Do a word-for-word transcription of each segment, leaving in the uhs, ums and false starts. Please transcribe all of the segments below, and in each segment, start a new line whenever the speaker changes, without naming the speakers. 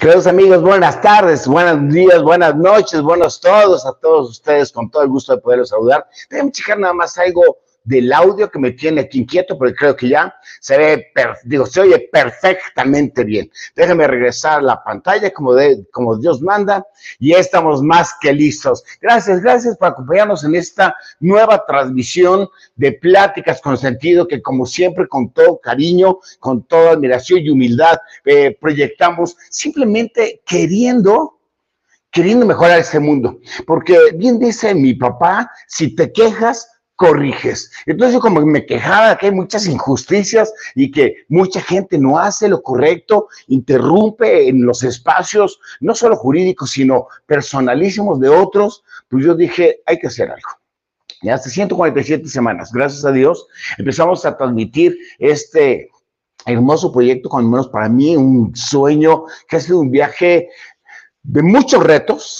Queridos amigos, buenas tardes, buenos días, buenas noches, buenos todos, a todos ustedes, con todo el gusto de poderlos saludar. Déjenme checar nada más algo del audio que me tiene aquí inquieto, porque creo que ya se ve, per, digo, se oye perfectamente bien. Déjenme regresar a la pantalla como, de, como Dios manda, y ya estamos más que listos. Gracias, gracias por acompañarnos en esta nueva transmisión de Pláticas con Sentido, que como siempre, con todo cariño, con toda admiración y humildad, eh, proyectamos simplemente queriendo, queriendo mejorar este mundo. Porque bien dice mi papá, si te quejas, corriges. Entonces yo como me quejaba que hay muchas injusticias y que mucha gente no hace lo correcto, interrumpe en los espacios, no solo jurídicos, sino personalísimos de otros, pues yo dije, hay que hacer algo. Y hace ciento cuarenta y siete semanas, gracias a Dios, empezamos a transmitir este hermoso proyecto, con menos para mí, un sueño que ha sido un viaje de muchos retos,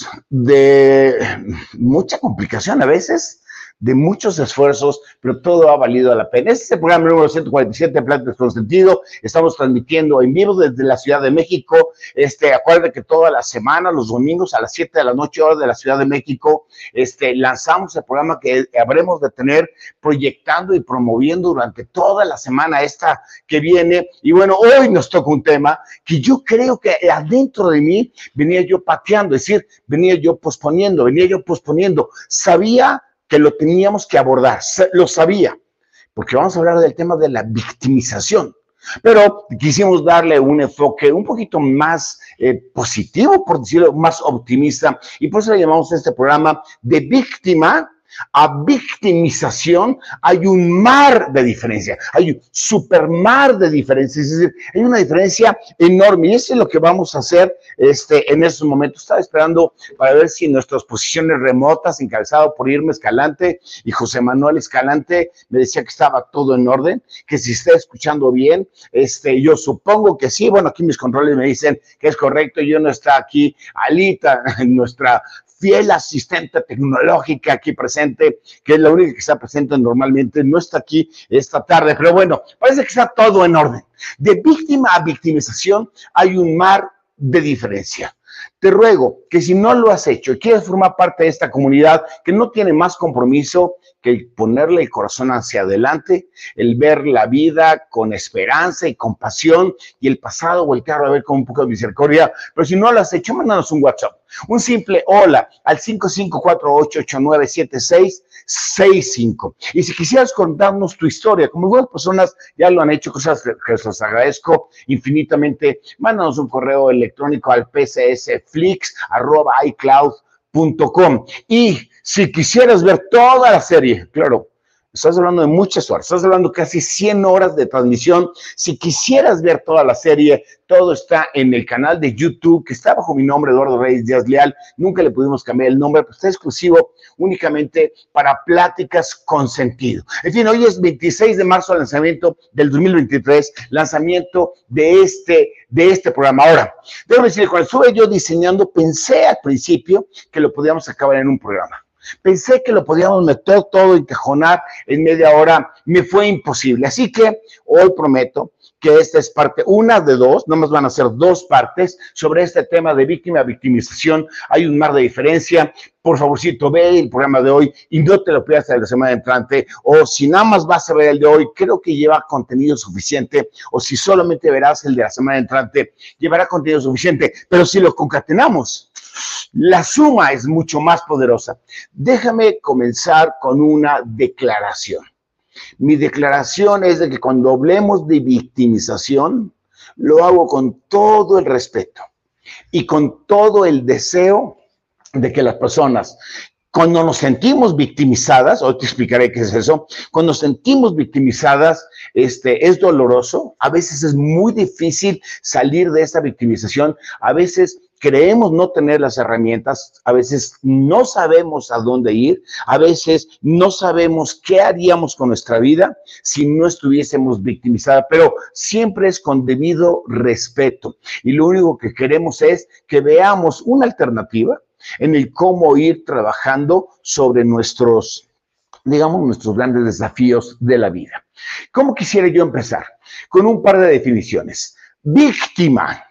de mucha complicación a veces, de muchos esfuerzos, pero todo ha valido la pena. Este es el programa número ciento cuarenta y siete, Pláticas con Sentido. Estamos transmitiendo en vivo desde la Ciudad de México. Este, acuérdense que toda la semana, los domingos a las siete de la noche, hora de la Ciudad de México, este, lanzamos el programa que habremos de tener proyectando y promoviendo durante toda la semana esta que viene. Y bueno, hoy nos toca un tema que yo creo que adentro de mí venía yo pateando, es decir, venía yo posponiendo, venía yo posponiendo. Sabía que lo teníamos que abordar, lo sabía, porque vamos a hablar del tema de la victimización, pero quisimos darle un enfoque un poquito más eh, positivo, por decirlo, más optimista, y por eso le llamamos a este programa de víctima a victimización. Hay un mar de diferencia, hay un supermar de diferencia, es decir, hay una diferencia enorme, y eso es lo que vamos a hacer este, en estos momentos. Estaba esperando para ver si nuestras posiciones remotas, encabezado por Irma Escalante y José Manuel Escalante, me decía que estaba todo en orden, que si está escuchando bien, este, yo supongo que sí. Bueno, aquí mis controles me dicen que es correcto, yo no está aquí Alita, nuestra fiel asistente tecnológica aquí presente, que es la única que está presente normalmente, no está aquí esta tarde, pero bueno, parece que está todo en orden. De víctima a victimización hay un mar de diferencia. Te ruego que si no lo has hecho y quieres formar parte de esta comunidad que no tiene más compromiso que el ponerle el corazón hacia adelante, el ver la vida con esperanza y compasión, y el pasado voltearlo a ver con un poco de misericordia, pero si no lo has hecho, mándanos un WhatsApp, un simple hola al cinco cinco cuatro ocho ocho nueve siete seis seis cinco. Y si quisieras contarnos tu historia, como algunas personas ya lo han hecho, cosas que les agradezco infinitamente, mándanos un correo electrónico al p c s flix arroba i cloud punto com. Y si quisieras ver toda la serie, claro, estás hablando de muchas horas, estás hablando casi cien horas de transmisión. Si quisieras ver toda la serie, todo está en el canal de YouTube, que está bajo mi nombre, Eduardo Reyes Díaz Leal. Nunca le pudimos cambiar el nombre, pero está exclusivo únicamente para Pláticas con Sentido. En fin, hoy es veintiséis de marzo, lanzamiento del dos mil veintitrés, lanzamiento de este, de este programa. Ahora, debo decir, cuando estuve yo diseñando, pensé al principio que lo podíamos acabar en un programa. Pensé que lo podíamos meter todo, encajonar en media hora, me fue imposible. Así que hoy prometo que esta es parte una de dos, no más van a ser dos partes sobre este tema de víctima, victimización. Hay un mar de diferencia. Por favorcito, ve el programa de hoy y no te lo pierdas de la semana entrante, o si nada más vas a ver el de hoy, creo que lleva contenido suficiente, o si solamente verás el de la semana entrante, llevará contenido suficiente, pero si lo concatenamos, la suma es mucho más poderosa. Déjame comenzar con una declaración. Mi declaración es de que cuando hablemos de victimización, lo hago con todo el respeto y con todo el deseo de que las personas, cuando nos sentimos victimizadas, hoy te explicaré qué es eso, cuando nos sentimos victimizadas, este, es doloroso, a veces es muy difícil salir de esta victimización, a veces creemos no tener las herramientas, a veces no sabemos a dónde ir, a veces no sabemos qué haríamos con nuestra vida si no estuviésemos victimizadas, pero siempre es con debido respeto. Y lo único que queremos es que veamos una alternativa en el cómo ir trabajando sobre nuestros, digamos, nuestros grandes desafíos de la vida. ¿Cómo quisiera yo empezar? Con un par de definiciones. Víctima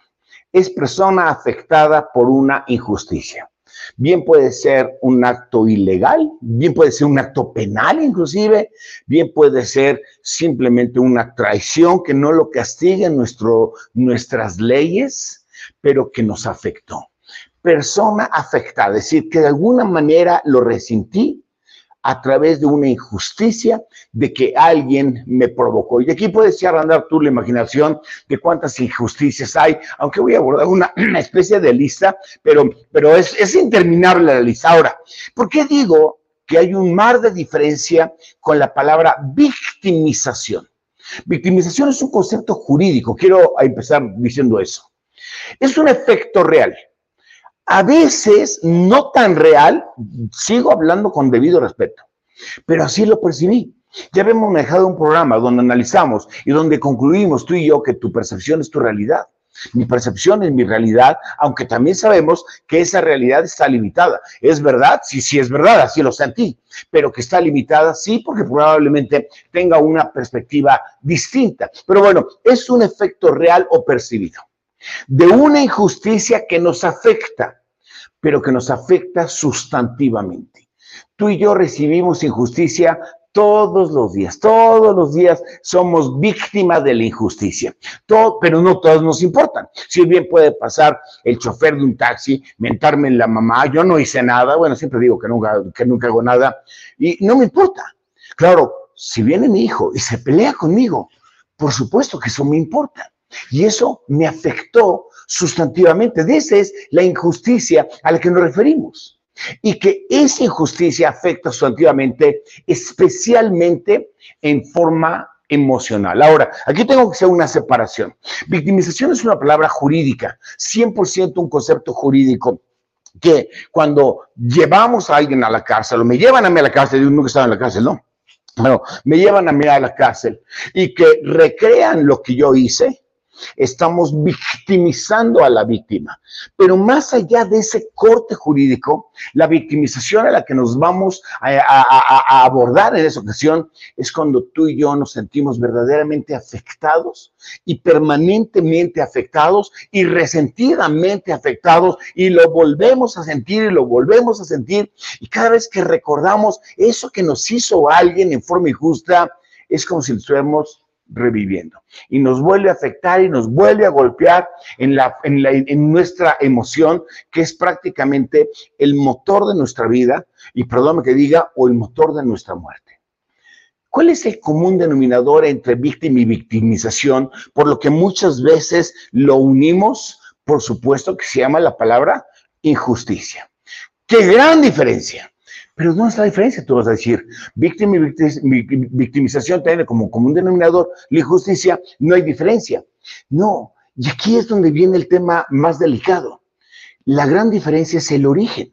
es persona afectada por una injusticia. Bien puede ser un acto ilegal, bien puede ser un acto penal inclusive, bien puede ser simplemente una traición que no lo castiga nuestro, nuestras leyes, pero que nos afectó. Persona afectada, es decir, que de alguna manera lo resentí a través de una injusticia de que alguien me provocó. Y aquí puedes echar a andar tú la imaginación de cuántas injusticias hay, aunque voy a abordar una, una especie de lista, pero, pero es, es interminable la lista. Ahora, ¿por qué digo que hay un mar de diferencia con la palabra victimización? Victimización es un concepto jurídico, quiero empezar diciendo eso. Es un efecto real. A veces no tan real, sigo hablando con debido respeto, pero así lo percibí. Ya habíamos manejado un programa donde analizamos y donde concluimos tú y yo que tu percepción es tu realidad. Mi percepción es mi realidad, aunque también sabemos que esa realidad está limitada. ¿Es verdad? Sí, sí es verdad, así lo sentí, pero que está limitada, sí, porque probablemente tenga una perspectiva distinta. Pero bueno, es un efecto real o percibido de una injusticia que nos afecta, pero que nos afecta sustantivamente. Tú y yo recibimos injusticia todos los días, todos los días somos víctimas de la injusticia, todo, pero no todos nos importan. Si bien puede pasar el chofer de un taxi, mentarme en la mamá, yo no hice nada, bueno, siempre digo que nunca, que nunca hago nada, y no me importa. Claro, si viene mi hijo y se pelea conmigo, por supuesto que eso me importa. Y eso me afectó sustantivamente. De esa es la injusticia a la que nos referimos. Y que esa injusticia afecta sustantivamente, especialmente en forma emocional. Ahora, aquí tengo que hacer una separación. Victimización es una palabra jurídica, cien por ciento un concepto jurídico, que cuando llevamos a alguien a la cárcel, o me llevan a mí a la cárcel, yo nunca estaba en la cárcel, no. Bueno, me llevan a mí a la cárcel y que recrean lo que yo hice, estamos victimizando a la víctima. Pero más allá de ese corte jurídico, la victimización a la que nos vamos a, a, a, a abordar en esa ocasión es cuando tú y yo nos sentimos verdaderamente afectados y permanentemente afectados y resentidamente afectados y lo volvemos a sentir y lo volvemos a sentir. Y cada vez que recordamos eso que nos hizo alguien en forma injusta, es como si lo estuviéramos reviviendo y nos vuelve a afectar y nos vuelve a golpear en, la, en, la, en nuestra emoción, que es prácticamente el motor de nuestra vida, y perdóname que diga, o el motor de nuestra muerte. ¿Cuál es el común denominador entre víctima y victimización? Por lo que muchas veces lo unimos, por supuesto, que se llama la palabra injusticia. ¡Qué gran diferencia! Pero ¿dónde está la diferencia? Tú vas a decir, víctima y victimización tiene como común denominador la injusticia, no hay diferencia. No, y aquí es donde viene el tema más delicado. La gran diferencia es el origen.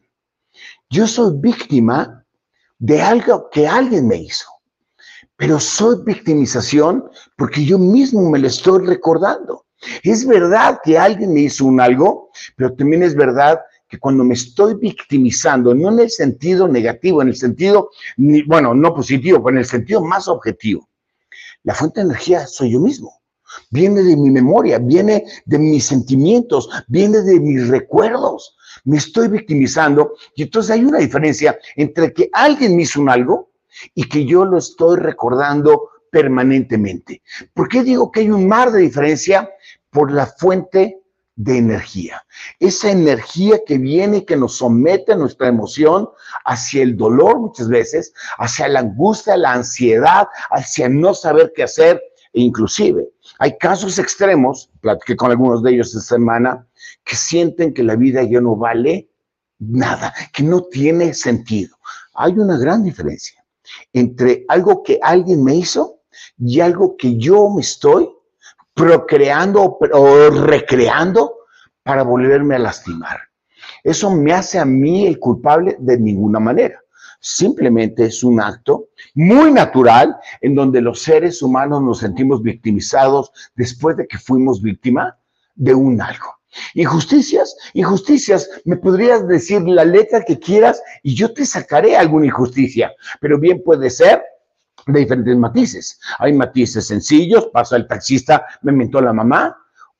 Yo soy víctima de algo que alguien me hizo, pero soy victimización porque yo mismo me lo estoy recordando. Es verdad que alguien me hizo un algo, pero también es verdad que cuando me estoy victimizando, no en el sentido negativo, en el sentido, bueno, no positivo, pero en el sentido más objetivo, la fuente de energía soy yo mismo. Viene de mi memoria, viene de mis sentimientos, viene de mis recuerdos. Me estoy victimizando y entonces hay una diferencia entre que alguien me hizo un algo y que yo lo estoy recordando permanentemente. ¿Por qué digo que hay un mar de diferencia? Por la fuente de energía. Esa energía que viene y que nos somete a nuestra emoción hacia el dolor muchas veces, hacia la angustia, la ansiedad, hacia no saber qué hacer. E inclusive hay casos extremos, platiqué con algunos de ellos esta semana, que sienten que la vida ya no vale nada, que no tiene sentido. Hay una gran diferencia entre algo que alguien me hizo y algo que yo me estoy procreando o recreando para volverme a lastimar. Eso me hace a mí el culpable de ninguna manera. Simplemente es un acto muy natural en donde los seres humanos nos sentimos victimizados después de que fuimos víctima de un algo. Injusticias, injusticias, me podrías decir la letra que quieras y yo te sacaré alguna injusticia, pero bien puede ser de diferentes matices. Hay matices sencillos, pasa el taxista, me mentó la mamá,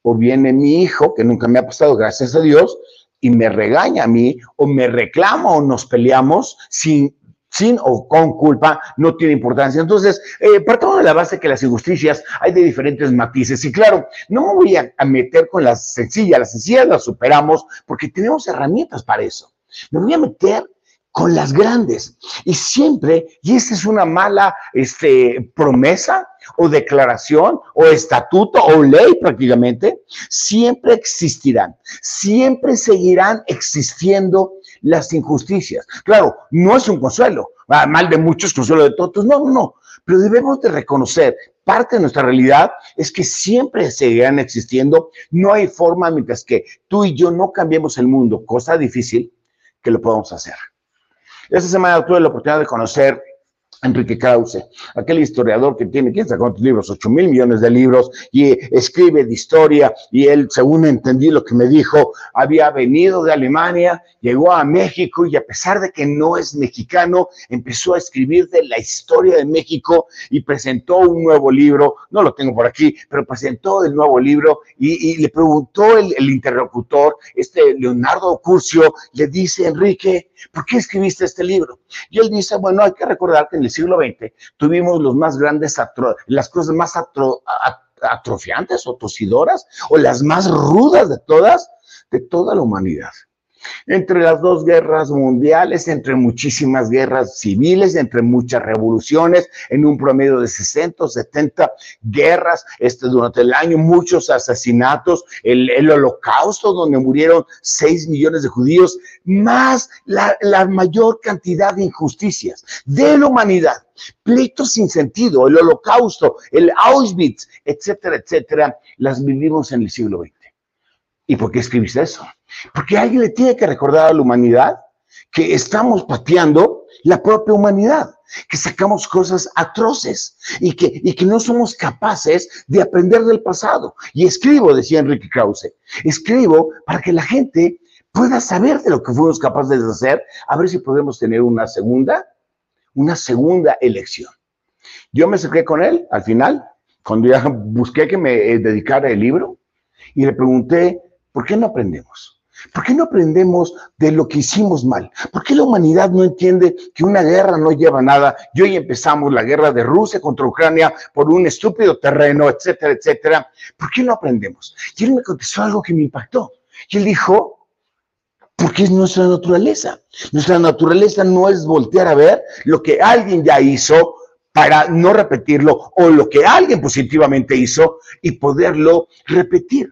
o viene mi hijo, que nunca me ha pasado, gracias a Dios, y me regaña a mí, o me reclama, o nos peleamos sin, sin o con culpa, no tiene importancia. Entonces, eh, partamos de la base que las injusticias hay de diferentes matices. Y claro, no me voy a, a meter con las sencillas, las sencillas las superamos, porque tenemos herramientas para eso. Me voy a meter con las grandes. Y siempre, y esta es una mala este, promesa o declaración o estatuto o ley prácticamente, siempre existirán, siempre seguirán existiendo las injusticias. Claro, no es un consuelo, mal de muchos, consuelo de todos, no, no, no, pero debemos de reconocer, parte de nuestra realidad es que siempre seguirán existiendo, no hay forma mientras que tú y yo no cambiemos el mundo, cosa difícil, que lo podamos hacer. Esta semana tuve la oportunidad de conocer a Enrique Krause, aquel historiador que tiene, ¿quién sabe cuántos libros? ocho mil millones de libros, y escribe de historia, y él, según entendí lo que me dijo, había venido de Alemania, llegó a México, y a pesar de que no es mexicano, empezó a escribir de la historia de México, y presentó un nuevo libro, no lo tengo por aquí, pero presentó el nuevo libro, y, y le preguntó el, el interlocutor, este Leonardo Curcio, le dice, Enrique, ¿por qué escribiste este libro? Y él dice, bueno, hay que recordar que en el siglo veinte tuvimos los más grandes, atro las cosas más atro at atrofiantes o tosidoras, o las más rudas de todas, de toda la humanidad. Entre las dos guerras mundiales, entre muchísimas guerras civiles, entre muchas revoluciones, en un promedio de sesenta o setenta guerras este, durante el año, muchos asesinatos, el, el holocausto donde murieron seis millones de judíos, más la, la mayor cantidad de injusticias de la humanidad, pleitos sin sentido, el holocausto, el Auschwitz, etcétera, etcétera, las vivimos en el siglo veinte. ¿Y por qué escribiste eso? Porque alguien le tiene que recordar a la humanidad que estamos pateando la propia humanidad, que sacamos cosas atroces y que, y que no somos capaces de aprender del pasado. Y escribo, decía Enrique Krause, escribo para que la gente pueda saber de lo que fuimos capaces de hacer, a ver si podemos tener una segunda, una segunda elección. Yo me acerqué con él al final, cuando ya busqué que me dedicara el libro, y le pregunté, ¿por qué no aprendemos? ¿Por qué no aprendemos de lo que hicimos mal? ¿Por qué la humanidad no entiende que una guerra no lleva a nada? Y hoy empezamos la guerra de Rusia contra Ucrania por un estúpido terreno, etcétera, etcétera. ¿Por qué no aprendemos? Y él me contestó algo que me impactó. Y él dijo, porque es nuestra naturaleza. Nuestra naturaleza no es voltear a ver lo que alguien ya hizo para no repetirlo, o lo que alguien positivamente hizo y poderlo repetir.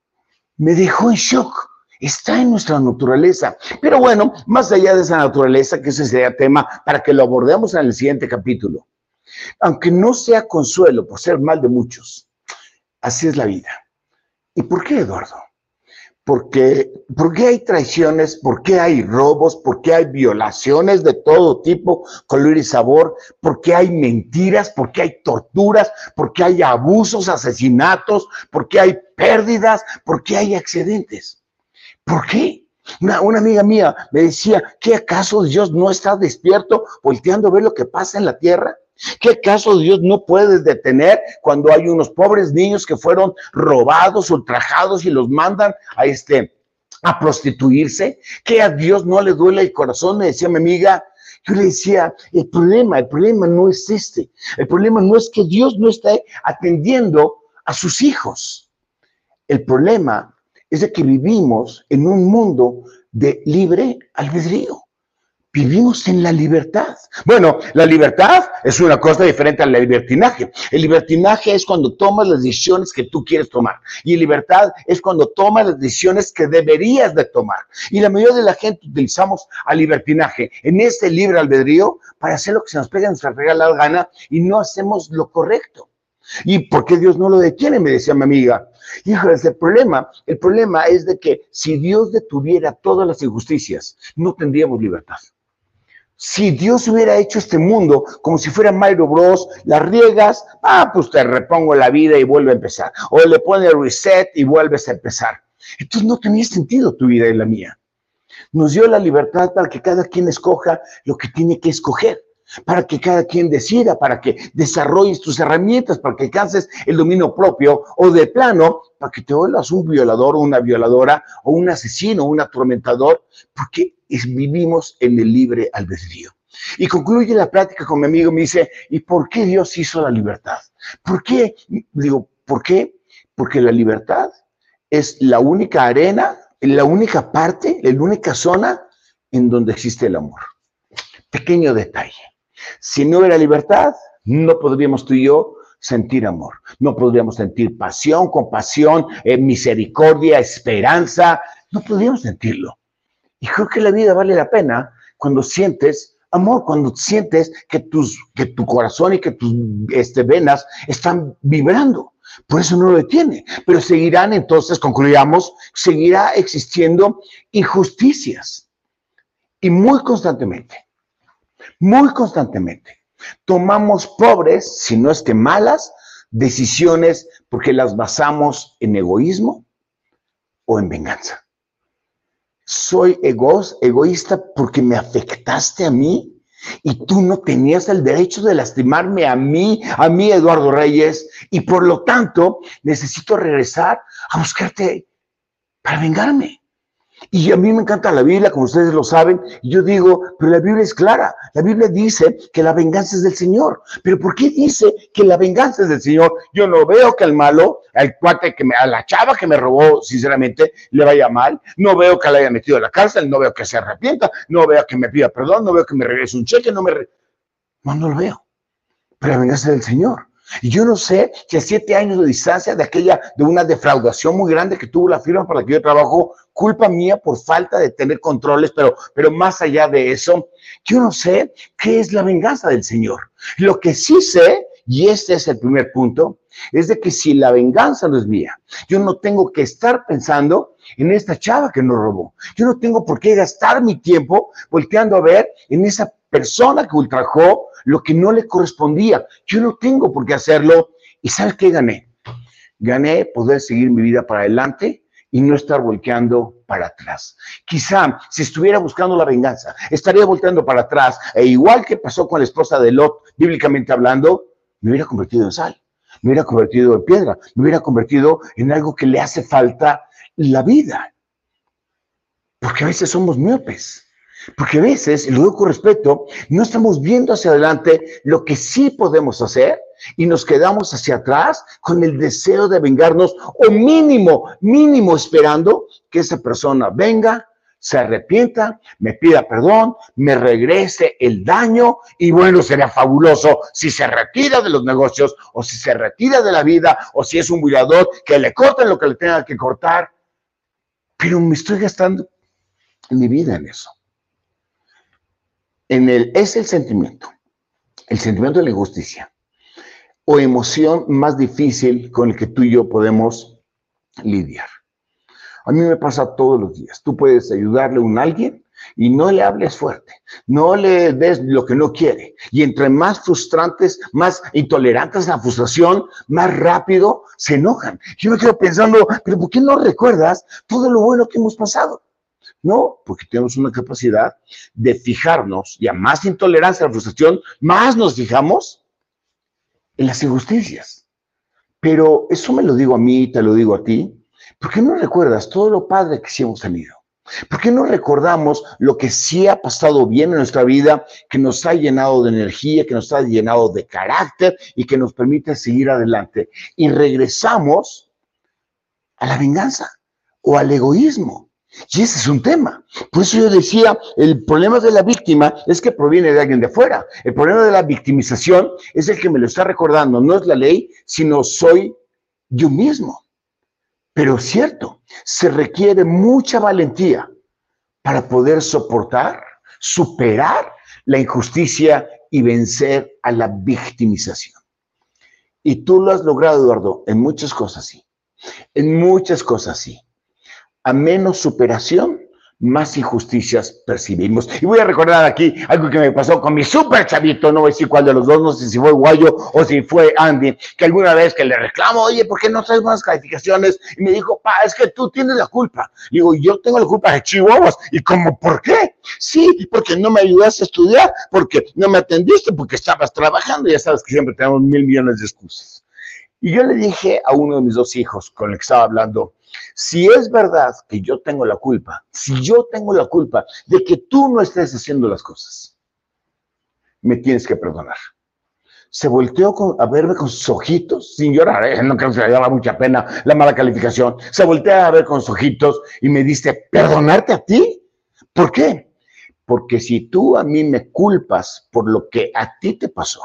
Me dejó en shock. Está en nuestra naturaleza. Pero bueno, más allá de esa naturaleza, que ese sería tema para que lo abordemos en el siguiente capítulo. Aunque no sea consuelo por ser mal de muchos, así es la vida. ¿Y por qué, Eduardo? Porque, ¿por qué hay traiciones? ¿Por qué hay robos? ¿Por qué hay violaciones de todo tipo, color y sabor? ¿Por qué hay mentiras? ¿Por qué hay torturas? ¿Por qué hay abusos, asesinatos? ¿Por qué hay pérdidas? ¿Por qué hay accidentes? ¿Por qué? Una, una amiga mía me decía, ¿qué acaso Dios no está despierto volteando a ver lo que pasa en la tierra? ¿Qué acaso Dios no puede detener cuando hay unos pobres niños que fueron robados, ultrajados y los mandan a, este, a prostituirse? ¿Que a Dios no le duele el corazón? Me decía mi amiga. Yo le decía, el problema, el problema no es este. El problema no es que Dios no esté atendiendo a sus hijos. El problema es de que vivimos en un mundo de libre albedrío. Vivimos en la libertad. Bueno, la libertad es una cosa diferente al libertinaje. El libertinaje es cuando tomas las decisiones que tú quieres tomar. Y libertad es cuando tomas las decisiones que deberías de tomar. Y la mayoría de la gente utilizamos al libertinaje en este libre albedrío para hacer lo que se nos pega en nuestra regalada gana y no hacemos lo correcto. ¿Y por qué Dios no lo detiene? Me decía mi amiga. Híjoles, el problema, el problema es de que si Dios detuviera todas las injusticias, no tendríamos libertad. Si Dios hubiera hecho este mundo como si fuera Mario Bros, las riegas, ah, pues te repongo la vida y vuelve a empezar. O le pone reset y vuelves a empezar. Entonces no tenía sentido tu vida y la mía. Nos dio la libertad para que cada quien escoja lo que tiene que escoger, para que cada quien decida, para que desarrolles tus herramientas, para que alcances el dominio propio, o de plano, para que te vuelvas un violador o una violadora o un asesino o un atormentador, porque es, vivimos en el libre albedrío. Y concluye la plática con mi amigo, me dice, ¿y por qué Dios hizo la libertad? ¿Por qué? Digo, ¿por qué? Porque la libertad es la única arena, la única parte, la única zona en donde existe el amor. Pequeño detalle. Si no hubiera libertad, no podríamos tú y yo sentir amor. No podríamos sentir pasión, compasión, eh, misericordia, esperanza. No podríamos sentirlo. Y creo que la vida vale la pena cuando sientes amor, cuando sientes que, tus, que tu corazón y que tus este, venas están vibrando. Por eso no lo detiene. Pero seguirán, entonces, concluyamos, seguirá existiendo injusticias. Y muy constantemente. Muy constantemente. Tomamos pobres, si no es que malas, decisiones porque las basamos en egoísmo o en venganza. Soy ego, egoísta porque me afectaste a mí y tú no tenías el derecho de lastimarme a mí, a mí Eduardo Reyes, y por lo tanto necesito regresar a buscarte para vengarme. Y a mí me encanta la Biblia, como ustedes lo saben, y yo digo, pero la Biblia es clara. La Biblia dice que la venganza es del Señor. ¿Pero por qué dice que la venganza es del Señor? Yo no veo que al malo, al cuate, que me, a la chava que me robó, sinceramente, le vaya mal. No veo que la haya metido a la cárcel, no veo que se arrepienta, no veo que me pida perdón, no veo que me regrese un cheque, no me... Re... No, no lo veo. Pero la venganza es del Señor. Y yo no sé si a siete años de distancia de aquella, de una defraudación muy grande que tuvo la firma para la que yo trabajo, culpa mía por falta de tener controles, pero, pero más allá de eso, yo no sé qué es la venganza del Señor. Lo que sí sé, y este es el primer punto, es de que si la venganza no es mía, yo no tengo que estar pensando en esta chava que nos robó. Yo no tengo por qué gastar mi tiempo volteando a ver en esa persona que ultrajó lo que no le correspondía. Yo no tengo por qué hacerlo. ¿Y sabes qué gané? Gané poder seguir mi vida para adelante y no estar volteando para atrás. Quizá, si estuviera buscando la venganza, estaría volteando para atrás, e igual que pasó con la esposa de Lot, bíblicamente hablando, me hubiera convertido en sal, me hubiera convertido en piedra, me hubiera convertido en algo que le hace falta la vida. Porque a veces somos miopes. Porque a veces, y lo digo con respeto, no estamos viendo hacia adelante lo que sí podemos hacer y nos quedamos hacia atrás con el deseo de vengarnos o mínimo, mínimo esperando que esa persona venga, se arrepienta, me pida perdón, me regrese el daño y bueno, sería fabuloso si se retira de los negocios o si se retira de la vida o si es un violador, que le corten lo que le tenga que cortar. Pero me estoy gastando mi vida en eso. En el, es el sentimiento, el sentimiento de la injusticia o emoción más difícil con el que tú y yo podemos lidiar. A mí me pasa todos los días. Tú puedes ayudarle a un alguien y no le hables fuerte, no le des lo que no quiere. Y entre más frustrantes, más intolerantes a la frustración, más rápido se enojan. Yo me quedo pensando, pero ¿por qué no recuerdas todo lo bueno que hemos pasado? No, porque tenemos una capacidad de fijarnos, y a más intolerancia a la frustración, más nos fijamos en las injusticias. Pero eso me lo digo a mí, te lo digo a ti. ¿Por qué no recuerdas todo lo padre que sí hemos tenido? ¿Por qué no recordamos lo que sí ha pasado bien en nuestra vida, que nos ha llenado de energía, que nos ha llenado de carácter y que nos permite seguir adelante? Y regresamos a la venganza o al egoísmo. Y ese es un tema. Por eso yo decía, el problema de la víctima es que proviene de alguien de fuera. El problema de la victimización es el que me lo está recordando. No es la ley, sino soy yo mismo. Pero es cierto, se requiere mucha valentía para poder soportar, superar la injusticia y vencer a la victimización. Y tú lo has logrado, Eduardo, en muchas cosas sí. En muchas cosas sí. A menos superación, más injusticias percibimos. Y voy a recordar aquí algo que me pasó con mi súper chavito, no voy a decir cuál de los dos, no sé si fue Guayo o si fue Andy, que alguna vez que le reclamo, oye, ¿por qué no traes más calificaciones? Y me dijo, pa, es que tú tienes la culpa. Y digo, yo tengo la culpa de Chihuahuas. ¿Y cómo por qué? Sí, porque no me ayudaste a estudiar, porque no me atendiste, porque estabas trabajando. Ya sabes que siempre tenemos mil millones de excusas. Y yo le dije a uno de mis dos hijos con el que estaba hablando, si es verdad que yo tengo la culpa, si yo tengo la culpa de que tú no estés haciendo las cosas, me tienes que perdonar. Se volteó con, a verme con sus ojitos, sin llorar, ¿eh? No creo que se le daba mucha pena la mala calificación. Se voltea a ver con sus ojitos y me dice, ¿perdonarte a ti? ¿Por qué? Porque si tú a mí me culpas por lo que a ti te pasó,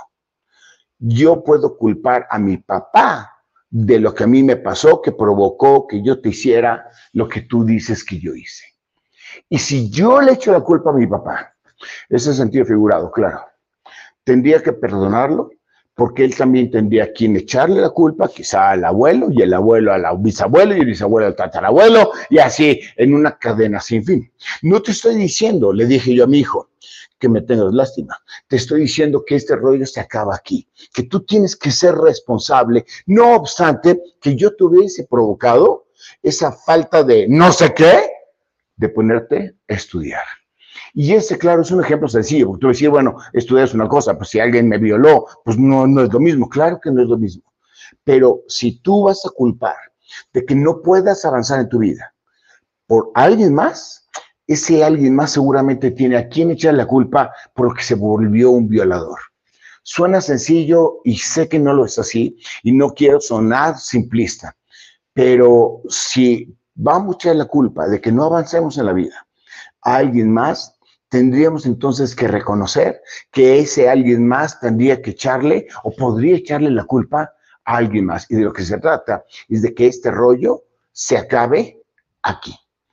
yo puedo culpar a mi papá de lo que a mí me pasó, que provocó que yo te hiciera lo que tú dices que yo hice. Y si yo le echo la culpa a mi papá, ese sentido figurado, claro, tendría que perdonarlo, porque él también tendría a quien echarle la culpa, quizá al abuelo, y el abuelo al bisabuelo, y el bisabuelo al tatarabuelo, y así en una cadena sin fin. No te estoy diciendo, le dije yo a mi hijo, que me tengas lástima. Te estoy diciendo que este rollo se acaba aquí, que tú tienes que ser responsable, no obstante que yo te hubiese provocado esa falta de no sé qué, de ponerte a estudiar. Y ese, claro, es un ejemplo sencillo, porque tú decís, bueno, estudiar es una cosa, pues si alguien me violó, pues no, no es lo mismo, claro que no es lo mismo. Pero si tú vas a culpar de que no puedas avanzar en tu vida por alguien más, ese alguien más seguramente tiene a quien echar la culpa porque se volvió un violador. Suena sencillo y sé que no lo es así, y no quiero sonar simplista, pero si vamos a echar la culpa de que no avancemos en la vida a alguien más, tendríamos entonces que reconocer que ese alguien más tendría que echarle o podría echarle la culpa a alguien más. Y de lo que se trata es de que este rollo se acabe aquí.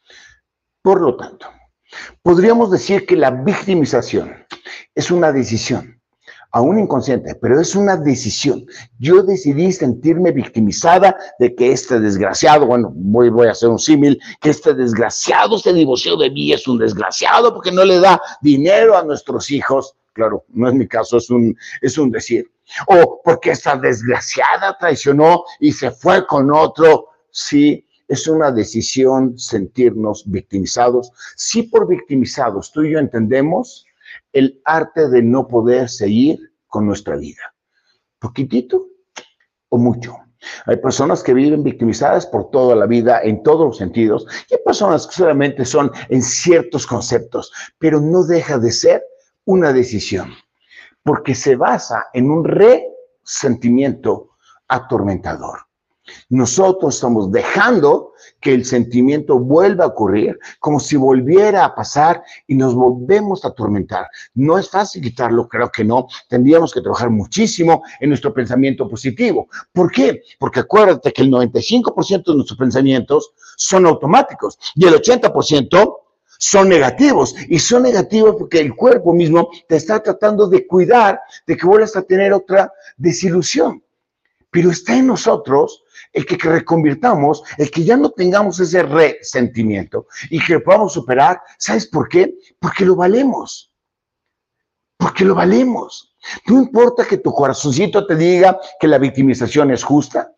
Por lo tanto, podríamos decir que la victimización es una decisión, aún inconsciente, pero es una decisión. Yo decidí sentirme victimizada de que este desgraciado, bueno, voy, voy a hacer un símil, que este desgraciado se divorció de mí, es un desgraciado porque no le da dinero a nuestros hijos. Claro, no es mi caso, es un, es un decir. O porque esta desgraciada traicionó y se fue con otro. Sí, es una decisión sentirnos victimizados. Sí, por victimizados, tú y yo entendemos el arte de no poder seguir con nuestra vida. ¿Poquitito o mucho? Hay personas que viven victimizadas por toda la vida en todos los sentidos y hay personas que solamente son en ciertos conceptos, pero no deja de ser una decisión porque se basa en un resentimiento atormentador. Nosotros estamos dejando que el sentimiento vuelva a ocurrir como si volviera a pasar y nos volvemos a atormentar. No es fácil quitarlo, creo que no. Tendríamos que trabajar muchísimo en nuestro pensamiento positivo. ¿Por qué? Porque acuérdate que el noventa y cinco por ciento de nuestros pensamientos son automáticos y el ochenta por ciento son negativos. Y son negativos porque el cuerpo mismo te está tratando de cuidar de que vuelvas a tener otra desilusión. Pero está en nosotros el que, que reconvirtamos, el que ya no tengamos ese resentimiento y que lo podamos superar. ¿Sabes por qué? Porque lo valemos. Porque lo valemos. No importa que tu corazoncito te diga que la victimización es justa.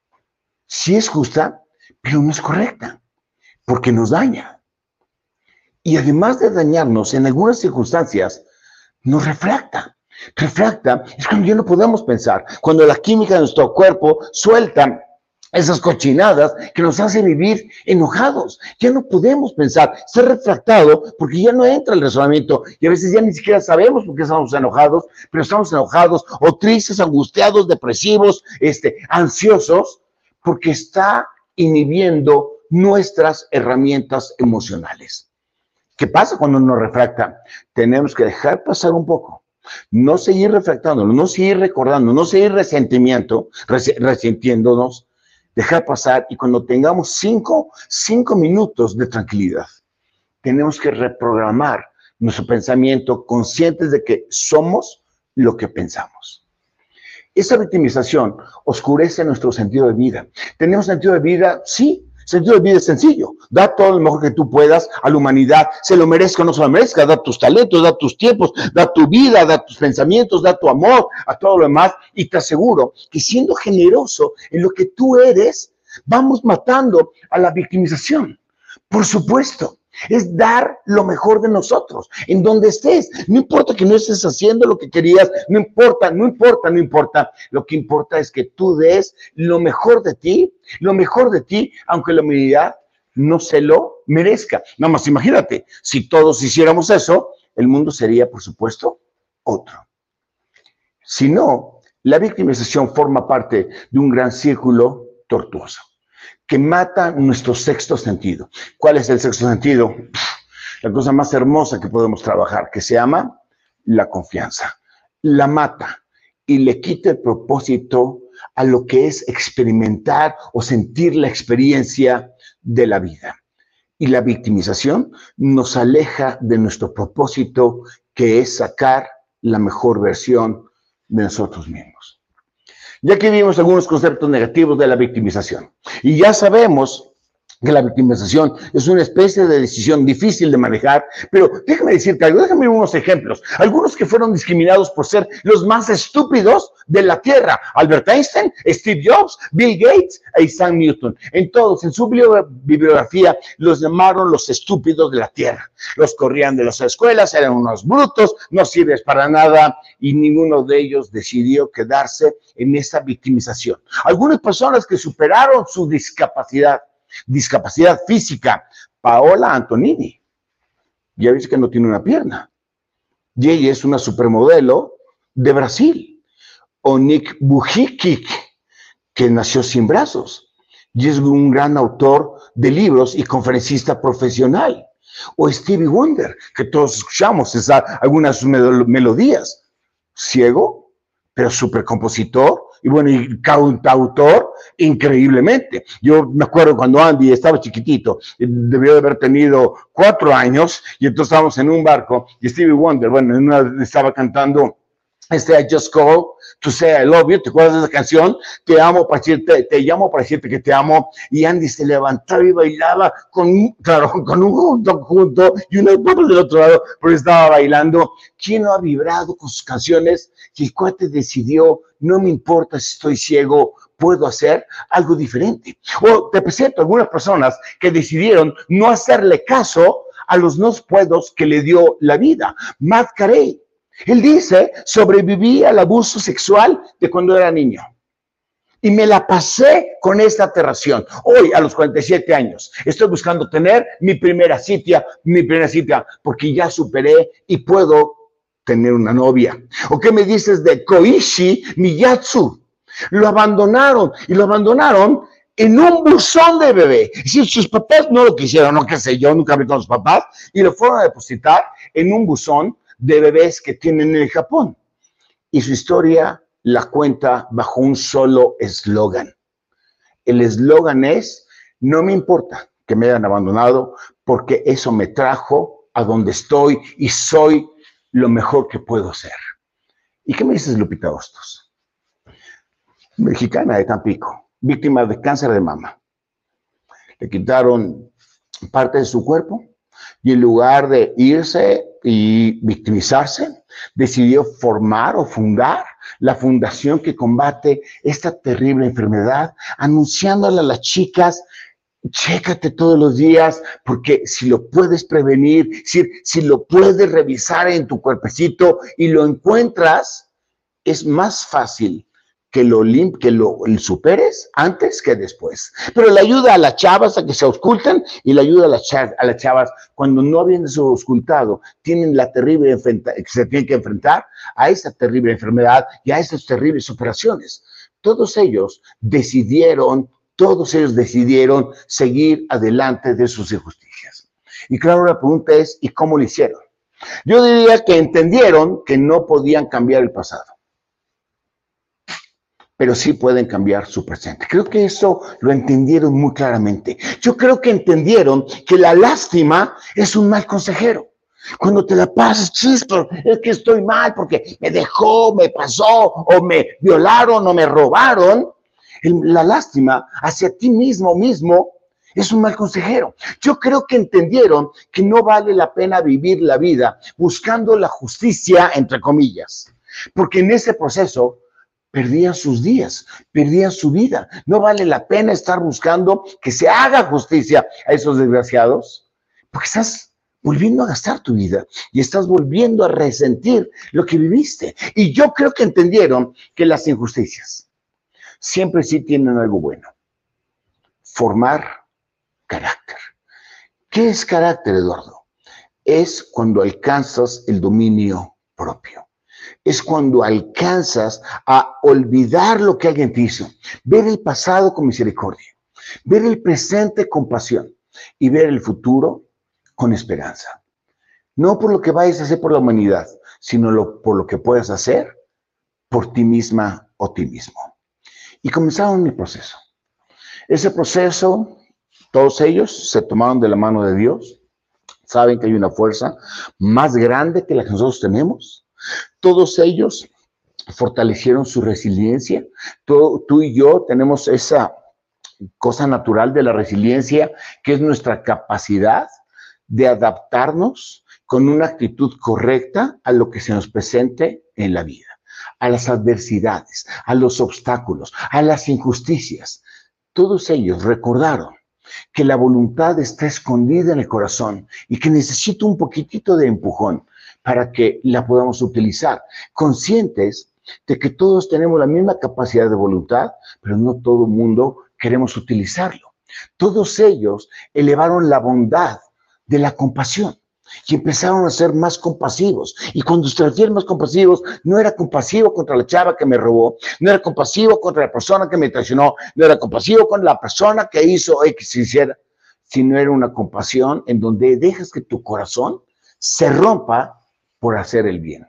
Sí es justa, pero no es correcta, porque nos daña. Y además de dañarnos, en algunas circunstancias, nos refracta. Refracta es cuando ya no podemos pensar, cuando la química de nuestro cuerpo suelta esas cochinadas que nos hacen vivir enojados. Ya no podemos pensar, ser refractado porque ya no entra el razonamiento y a veces ya ni siquiera sabemos por qué estamos enojados, pero estamos enojados o tristes, angustiados, depresivos, este, ansiosos, porque está inhibiendo nuestras herramientas emocionales. ¿Qué pasa cuando nos refracta? Tenemos que dejar pasar un poco. No seguir refractándolo, no seguir recordando, no seguir resentimiento, res, resintiéndonos, dejar pasar y cuando tengamos cinco, cinco minutos de tranquilidad, tenemos que reprogramar nuestro pensamiento conscientes de que somos lo que pensamos. Esa victimización oscurece nuestro sentido de vida. ¿Tenemos sentido de vida? Sí. Sentido de vida es sencillo. Da todo lo mejor que tú puedas a la humanidad, se lo merezca o no se lo merezca. Da tus talentos, da tus tiempos, da tu vida, da tus pensamientos, da tu amor a todo lo demás. Y te aseguro que siendo generoso en lo que tú eres, vamos matando a la victimización. Por supuesto, Es dar lo mejor de nosotros, en donde estés. No importa que no estés haciendo lo que querías, no importa, no importa, no importa. Lo que importa es que tú des lo mejor de ti, lo mejor de ti, aunque la humanidad no se lo merezca. Nada más imagínate, si todos hiciéramos eso, el mundo sería, por supuesto, otro. Si no, la victimización forma parte de un gran círculo tortuoso que mata nuestro sexto sentido. ¿Cuál es el sexto sentido? La cosa más hermosa que podemos trabajar, que se llama la confianza. La mata y le quita el propósito a lo que es experimentar o sentir la experiencia de la vida. Y la victimización nos aleja de nuestro propósito, que es sacar la mejor versión de nosotros mismos. Ya que vimos algunos conceptos negativos de la victimización y ya sabemos que la victimización es una especie de decisión difícil de manejar, pero déjame decirte algo, déjame unos ejemplos. Algunos que fueron discriminados por ser los más estúpidos de la Tierra: Albert Einstein, Steve Jobs, Bill Gates e Isaac Newton. En todos, en su bibliografía, los llamaron los estúpidos de la Tierra. Los corrían de las escuelas, eran unos brutos, no sirves para nada, y ninguno de ellos decidió quedarse en esa victimización. Algunas personas que superaron su discapacidad, discapacidad física. Paola Antonini, ya ves que no tiene una pierna, y ella es una supermodelo de Brasil. O Nick Vujicic, que nació sin brazos y es un gran autor de libros y conferencista profesional. O Stevie Wonder, que todos escuchamos algunas de sus melodías, ciego, pero supercompositor, y bueno, y cantautor increíblemente. Yo me acuerdo cuando Andy estaba chiquitito, debió de haber tenido cuatro años, y entonces estábamos en un barco, y Stevie Wonder, bueno, en una, estaba cantando este I Just Call to Say I Love You. ¿Te acuerdas de esa canción? Te amo para decirte, te llamo para decirte que te amo. Y Andy se levantaba y bailaba con, claro, con un junto, junto y unos papas del otro lado, pero estaba bailando. ¿Quién no ha vibrado con sus canciones? Y el cuate decidió: no me importa si estoy ciego, puedo hacer algo diferente. O te presento algunas personas que decidieron no hacerle caso a los no puedos que le dio la vida. Matt Carey. Él dice: sobreviví al abuso sexual de cuando era niño y me la pasé con esta aterración. Hoy, a los cuarenta y siete años, estoy buscando tener mi primera cita, mi primera cita, porque ya superé y puedo tener una novia. ¿O qué me dices de Koichi Miyatsu? Lo abandonaron, y lo abandonaron en un buzón de bebé. Si sus papás no lo quisieron, no qué sé yo, nunca hablé con los papás, y lo fueron a depositar en un buzón de bebés que tienen en el Japón. Y su historia la cuenta bajo un solo eslogan. El eslogan es: no me importa que me hayan abandonado, porque eso me trajo a donde estoy y soy lo mejor que puedo ser. ¿Y qué me dices, Lupita Hostos? Mexicana de Tampico, víctima de cáncer de mama. Le quitaron parte de su cuerpo y en lugar de irse y victimizarse, decidió formar o fundar la fundación que combate esta terrible enfermedad, anunciándole a las chicas: chécate todos los días, porque si lo puedes prevenir, si, si lo puedes revisar en tu cuerpecito y lo encuentras, es más fácil que lo, que lo superes antes que después. Pero le ayuda a las chavas a que se ausculten, y le ayuda a las, chavas, a las chavas cuando no habiendo auscultado, tienen la terrible enfrenta, que se tienen que enfrentar a esa terrible enfermedad y a esas terribles operaciones. Todos ellos decidieron, todos ellos decidieron seguir adelante de sus injusticias. Y claro, la pregunta es: ¿y cómo lo hicieron? Yo diría que entendieron que no podían cambiar el pasado, pero sí pueden cambiar su presente. Creo que eso lo entendieron muy claramente. Yo creo que entendieron que la lástima es un mal consejero. Cuando te la pasas, chispa, es que estoy mal porque me dejó, me pasó, o me violaron, o me robaron. El, la lástima hacia ti mismo mismo es un mal consejero. Yo creo que entendieron que no vale la pena vivir la vida buscando la justicia, entre comillas, porque en ese proceso perdían sus días, perdían su vida. No vale la pena estar buscando que se haga justicia a esos desgraciados, porque estás volviendo a gastar tu vida y estás volviendo a resentir lo que viviste. Y yo creo que entendieron que las injusticias siempre sí tienen algo bueno: formar carácter. ¿Qué es carácter, Eduardo? Es cuando alcanzas el dominio propio. Es cuando alcanzas a olvidar lo que alguien te hizo, ver el pasado con misericordia, ver el presente con pasión y ver el futuro con esperanza. No por lo que vayas a hacer por la humanidad, sino lo, por lo que puedas hacer por ti misma o ti mismo. Y comenzaron el proceso. Ese proceso, todos ellos se tomaron de la mano de Dios. Saben que hay una fuerza más grande que la que nosotros tenemos. Todos ellos fortalecieron su resiliencia. Tú, tú y yo tenemos esa cosa natural de la resiliencia, que es nuestra capacidad de adaptarnos con una actitud correcta a lo que se nos presente en la vida, a las adversidades, a los obstáculos, a las injusticias. Todos ellos recordaron que la voluntad está escondida en el corazón y que necesita un poquitito de empujón para que la podamos utilizar, conscientes de que todos tenemos la misma capacidad de voluntad, pero no todo el mundo queremos utilizarlo. Todos ellos elevaron la bondad de la compasión y empezaron a ser más compasivos. Y cuando se refieren más compasivos, no era compasivo contra la chava que me robó, no era compasivo contra la persona que me traicionó, no era compasivo con la persona que hizo X y hiciera, sino era una compasión en donde dejas que tu corazón se rompa por hacer el bien.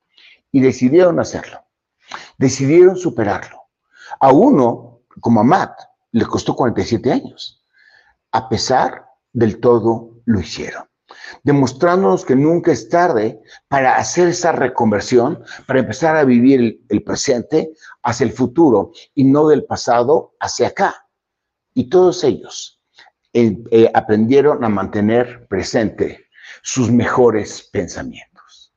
Y decidieron hacerlo, decidieron superarlo. A uno, como a Matt, le costó cuarenta y siete años. A pesar del todo, lo hicieron, demostrándonos que nunca es tarde para hacer esa reconversión, para empezar a vivir el, el presente hacia el futuro y no del pasado hacia acá. Y todos ellos eh, eh, aprendieron a mantener presente sus mejores pensamientos.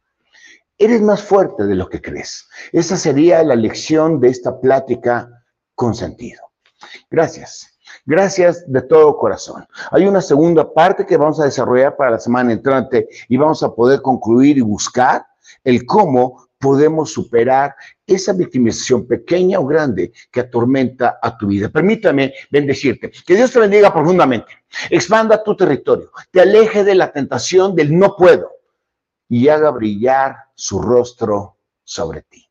Eres más fuerte de lo que crees. Esa sería la lección de esta plática con sentido. Gracias. Gracias de todo corazón. Hay una segunda parte que vamos a desarrollar para la semana entrante y vamos a poder concluir y buscar el cómo podemos superar esa victimización pequeña o grande que atormenta a tu vida. Permítame bendecirte. Que Dios te bendiga profundamente. Expanda tu territorio. Te aleje de la tentación del no puedo y haga brillar su rostro sobre ti.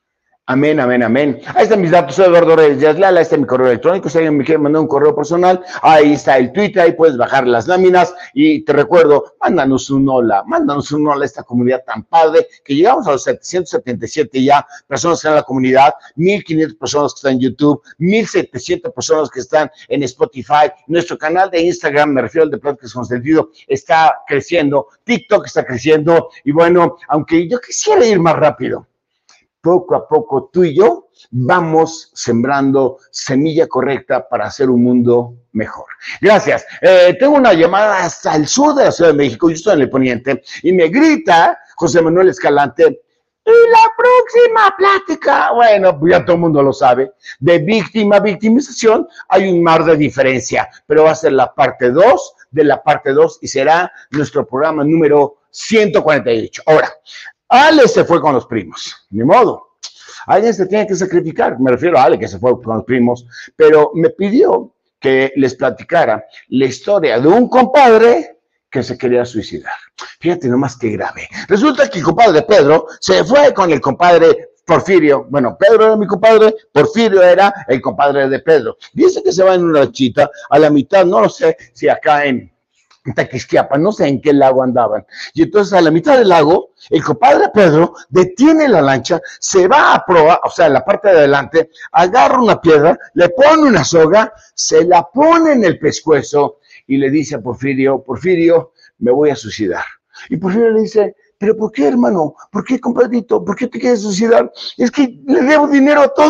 Amén, amén, amén. Ahí están mis datos, soy Eduardo Reyes Díaz Lala, ahí está mi correo electrónico, si alguien me quiere mandar un correo personal, ahí está el Twitter, ahí puedes bajar las láminas y te recuerdo, mándanos un hola, mándanos un hola a esta comunidad tan padre, que llegamos a los setecientos setenta y siete ya personas que están en la comunidad, mil quinientas personas que están en YouTube, mil setecientas personas que están en Spotify, nuestro canal de Instagram, me refiero al de Pláticas con Sentido, está creciendo, TikTok está creciendo y bueno, aunque yo quisiera ir más rápido, poco a poco tú y yo vamos sembrando semilla correcta para hacer un mundo mejor. Gracias. Eh, tengo una llamada hasta el sur de la Ciudad de México, yo estoy en el poniente, y me grita José Manuel Escalante, y la próxima plática, bueno, pues ya todo el mundo lo sabe, de víctima, victimización, hay un mar de diferencia, pero va a ser la parte dos de la parte dos y será nuestro programa número ciento cuarenta y ocho. Ahora, Ale se fue con los primos, ni modo. Alguien se tiene que sacrificar, me refiero a Ale que se fue con los primos, pero me pidió que les platicara la historia de un compadre que se quería suicidar. Fíjate nomás qué grave. Resulta que el compadre Pedro se fue con el compadre Porfirio. Bueno, Pedro era mi compadre, Porfirio era el compadre de Pedro. Dice que se va en una lanchita a la mitad, no lo sé si acá en Taquisquiapan, no sé en qué lago andaban. Y entonces a la mitad del lago, el compadre Pedro detiene la lancha, se va a probar, o sea, la parte de adelante, agarra una piedra, le pone una soga, se la pone en el pescuezo y le dice a Porfirio, Porfirio, me voy a suicidar. Y Porfirio le dice, ¿pero por qué, hermano? ¿Por qué, compadrito? ¿Por qué te quieres suicidar? Es que le debo dinero a todos.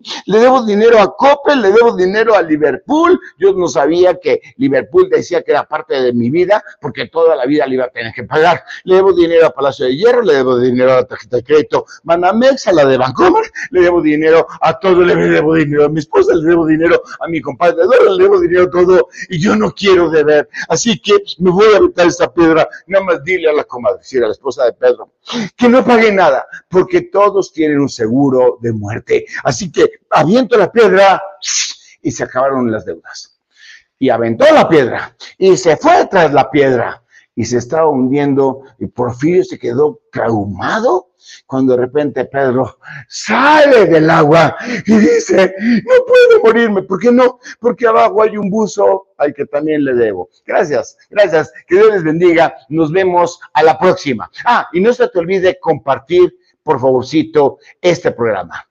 le debo dinero a Coppel, le debo dinero a Liverpool. Yo no sabía que Liverpool decía que era parte de mi vida, porque toda la vida le iba a tener que pagar. Le debo dinero a Palacio de Hierro, le debo dinero a la tarjeta de crédito Banamex, a la de Bancomer, le debo dinero a todo, le debo dinero a mi esposa, le debo dinero a mi compadre, le debo dinero a todo, y yo no quiero deber. Así que me voy a aventar esta piedra, nada más dile a la comadre, decir a la esposa de Pedro, que no pague nada, porque todos tienen un seguro de muerte. Así que aviento la piedra y se acabaron las deudas. Y aventó la piedra y se fue tras la piedra y se estaba hundiendo y Porfirio se quedó traumado cuando de repente Pedro sale del agua y dice, no puedo morirme. ¿Por qué no? Porque abajo hay un buzo al que también le debo. Gracias, gracias. Que Dios les bendiga. Nos vemos a la próxima. Ah, y no se te olvide compartir, por favorcito, este programa.